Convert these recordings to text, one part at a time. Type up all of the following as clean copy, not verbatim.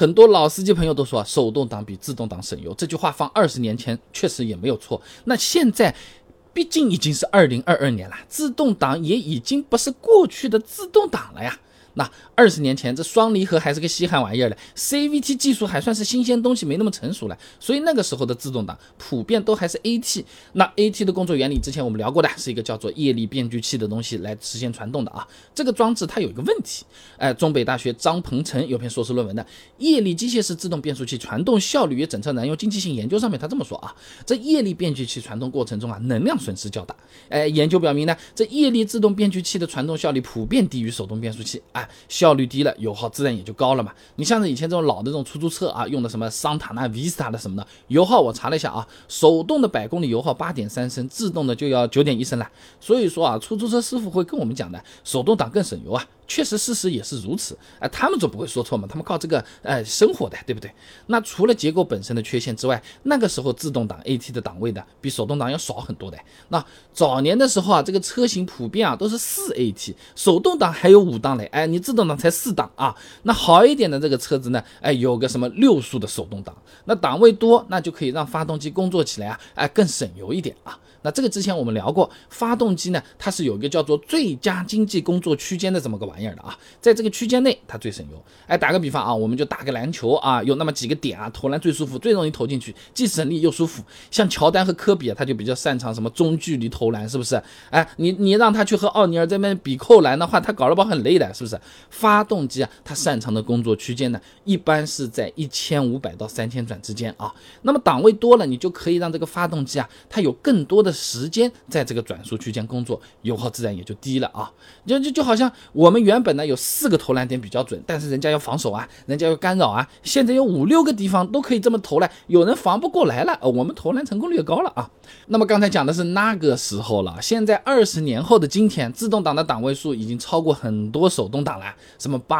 很多老司机朋友都说手动挡比自动挡省油，这句话放20年前确实也没有错。那现在毕竟已经是2022年了，自动挡也已经不是过去的自动挡了呀。那20年前这双离合还是个稀罕玩意儿了， CVT 技术还算是新鲜东西，没那么成熟了，所以那个时候的自动挡普遍都还是 AT。 那 AT 的工作原理之前我们聊过的，是一个叫做液力变矩器的东西来实现传动的啊。这个装置它有一个问题，中北大学张鹏程有篇硕士论文的《液力机械式自动变速器传动效率与检测燃油经济性研究》上面他这么说啊，这液力变矩器传动过程中啊，能量损失较大。研究表明呢，这液力自动变矩器的传动效率普遍低于手动变速器，效率低了，油耗自然也就高了嘛。你像是以前这种老的这种出租车啊，用的什么桑塔纳、Vista 的什么的，油耗我查了一下啊，手动的100公里油耗8.3升，自动的就要9.1升了。所以说啊，出租车师傅会跟我们讲的，手动挡更省油啊。确实事实也是如此，他们总不会说错嘛，他们靠这个生活的，对不对？那除了结构本身的缺陷之外，那个时候自动挡 AT 的档位的比手动挡要少很多的。那早年的时候啊，这个车型普遍啊都是4AT， 手动挡还有5档嘞，你自动挡才4档啊。那好一点的这个车子呢，有个什么6速的手动挡，那档位多，那就可以让发动机工作起来更省油一点啊。那这个之前我们聊过，发动机呢，它是有一个叫做最佳经济工作区间的这么个玩意儿的啊，在这个区间内它最省油。打个比方啊，我们就打个篮球啊，有那么几个点啊，投篮最舒服，最容易投进去，既省力又舒服。像乔丹和科比啊，他就比较擅长什么中距离投篮，是不是？你让他去和奥尼尔这边比扣篮的话，他搞了包很累的，是不是？发动机啊，它擅长的工作区间呢，一般是在1500到3000转之间啊。那么档位多了，你就可以让这个发动机啊，它有更多的时间在这个转速区间工作，油耗自然也就低了啊。就好像我们原本呢有4个投篮点比较准，但是人家要防守啊，人家要干扰啊，现在有5、6个地方都可以这么投了，有人防不过来了，我们投篮成功率高了啊。那么刚才讲的是那个时候了，现在20年后的今天，自动挡的档位数已经超过很多手动挡了，什么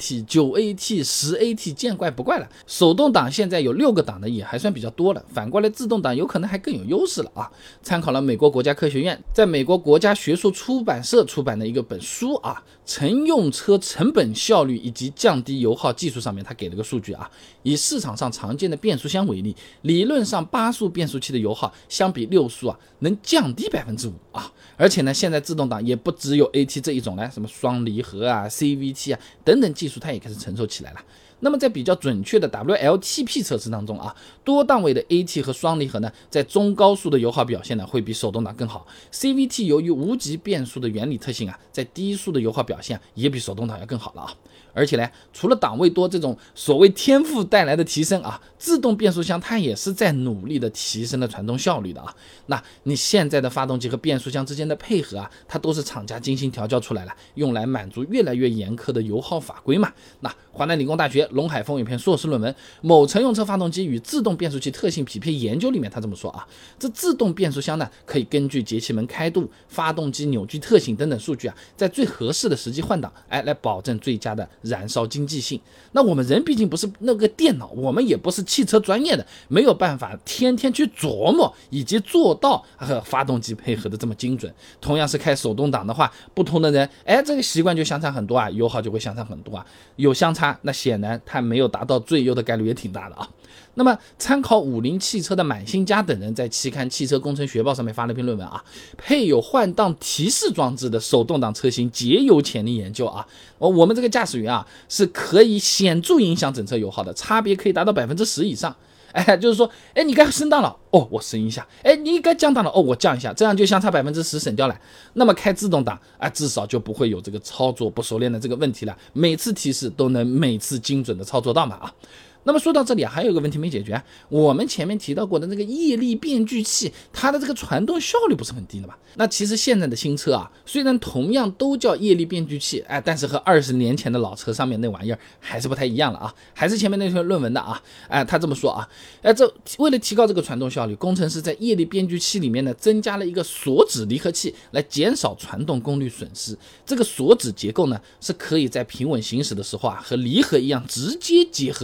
8AT、9AT、10AT， 见怪不怪了。手动挡现在有6个档的也还算比较多了，反过来自动挡有可能还更有优势了啊。参考了美国国家科学院在美国国家学术出版社出版的一个本书啊，乘用车成本效率以及降低油耗技术上面，他给了个数据啊，以市场上常见的变速箱为例，理论上8速变速器的油耗相比6速啊，能降低5%啊。而且呢，现在自动挡也不只有 AT 这一种了，什么双离合啊、CVT 啊等等技术，它也开始成熟起来了。那么在比较准确的 WLTP 测试当中啊，多档位的 AT 和双离合呢，在中高速的油耗表现呢，会比手动挡更好。CVT 由于无级变速的原理特性啊，在低速的油耗表现也比手动挡要更好了啊。而且呢，除了档位多这种所谓天赋带来的提升啊，自动变速箱它也是在努力的提升了传动效率的啊。那你现在的发动机和变速箱之间的配合啊，它都是厂家精心调教出来了，用来满足越来越严苛的油耗法规嘛。那华南理工大学龙海峰有篇硕士论文《某乘用车发动机与自动变速器特性匹配研究》里面，他这么说啊，这自动变速箱呢，可以根据节气门开度、发动机扭矩特性等等数据啊，在最合适的时机换挡，来保证最佳的燃烧经济性。那我们人毕竟不是那个电脑，我们也不是汽车专业的，没有办法天天去琢磨以及做到和发动机配合的这么精准。同样是开手动挡的话，不同的人，这个习惯就相差很多啊，油耗就会相差很多啊。有相差，那显然它没有达到最优的概率也挺大的啊。那么参考50汽车的满新家等人在期刊《汽车工程学报》上面发了一篇论文啊，配有换挡提示装置的手动挡车型节油潜力研究啊，我们这个驾驶员啊是可以显著影响整车油耗的，差别可以达到10%以上。就是说，你该升档了，我升一下，你该降档了，我降一下，这样就相差10%省掉了。那么开自动挡至少就不会有这个操作不熟练的这个问题了，每次提示都能每次精准的操作到嘛啊。那么说到这里还有一个问题没解决，我们前面提到过的那个液力变矩器，它的这个传动效率不是很低的嘛？那其实现在的新车啊，虽然同样都叫液力变矩器，但是和20年前的老车上面那玩意儿还是不太一样了啊。还是前面那篇论文的啊，他这么说啊，这为了提高这个传动效率，工程师在液力变矩器里面呢增加了一个锁止离合器，来减少传动功率损失。这个锁止结构呢是可以在平稳行驶的时候啊，和离合一样直接结合，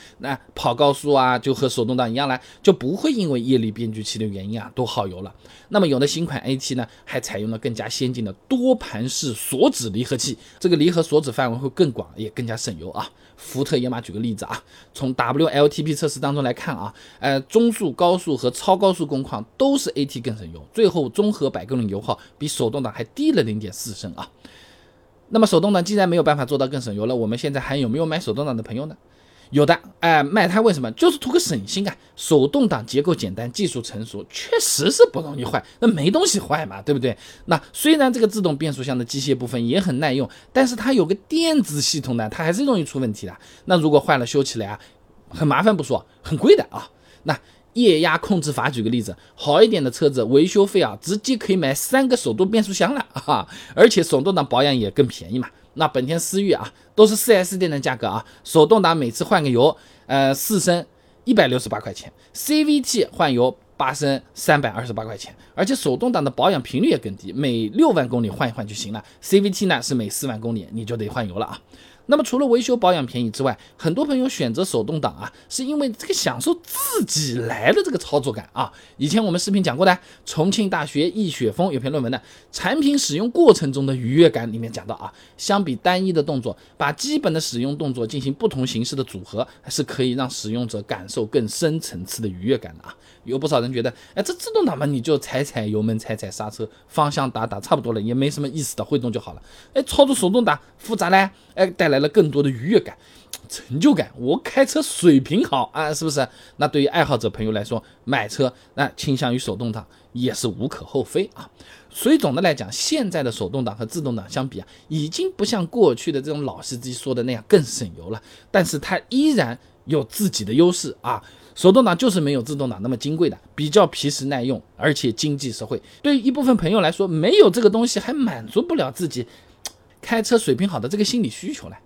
那跑高速啊，就和手动挡一样啦，就不会因为液力变矩器的原因啊都耗油了。那么有的新款 AT 呢，还采用了更加先进的多盘式锁止离合器，这个离合锁止范围会更广，也更加省油啊。福特野马举个例子啊，从 WLTP 测试当中来看啊，中速、高速和超高速工况都是 AT 更省油，最后综合百公里油耗比手动挡还低了 0.4 升啊。那么手动挡既然没有办法做到更省油了，我们现在还有没有买手动挡的朋友呢？有的，卖它为什么？就是图个省心啊！手动挡结构简单，技术成熟，确实是不容易坏，那没东西坏嘛，对不对？那虽然这个自动变速箱的机械部分也很耐用，但是它有个电子系统呢，它还是容易出问题的。那如果坏了修起来啊，很麻烦不说，很贵的啊。那液压控制阀举个例子，好一点的车子维修费啊，直接可以买3个手动变速箱了啊，而且手动挡保养也更便宜嘛。那本田思域啊，都是 4S 店的价格啊，手动挡每次换个油，4升168块钱 ，CVT 换油8升328块钱，而且手动挡的保养频率也更低，每6万公里换一换就行了。CVT 呢是每4万公里你就得换油了啊。那么除了维修保养便宜之外，很多朋友选择手动挡啊，是因为这个享受自己来的这个操作感啊。以前我们视频讲过的，重庆大学易雪峰有篇论文的产品使用过程中的愉悦感里面讲到啊，相比单一的动作，把基本的使用动作进行不同形式的组合，是可以让使用者感受更深层次的愉悦感的啊。有不少人觉得，这自动挡嘛，你就踩踩油门、踩踩刹车、方向打打，差不多了，也没什么意思的，会动就好了。操作手动挡复杂嘞，带来了更多的愉悦感、成就感。我开车水平好啊，是不是？那对于爱好者朋友来说，买车那倾向于手动挡也是无可厚非啊。所以总的来讲，现在的手动挡和自动挡相比啊，已经不像过去的这种老司机说的那样更省油了，但是它依然有自己的优势啊。手动挡就是没有自动挡那么金贵的，比较皮实耐用，而且经济实惠。对于一部分朋友来说，没有这个东西还满足不了自己开车水平好的这个心理需求了。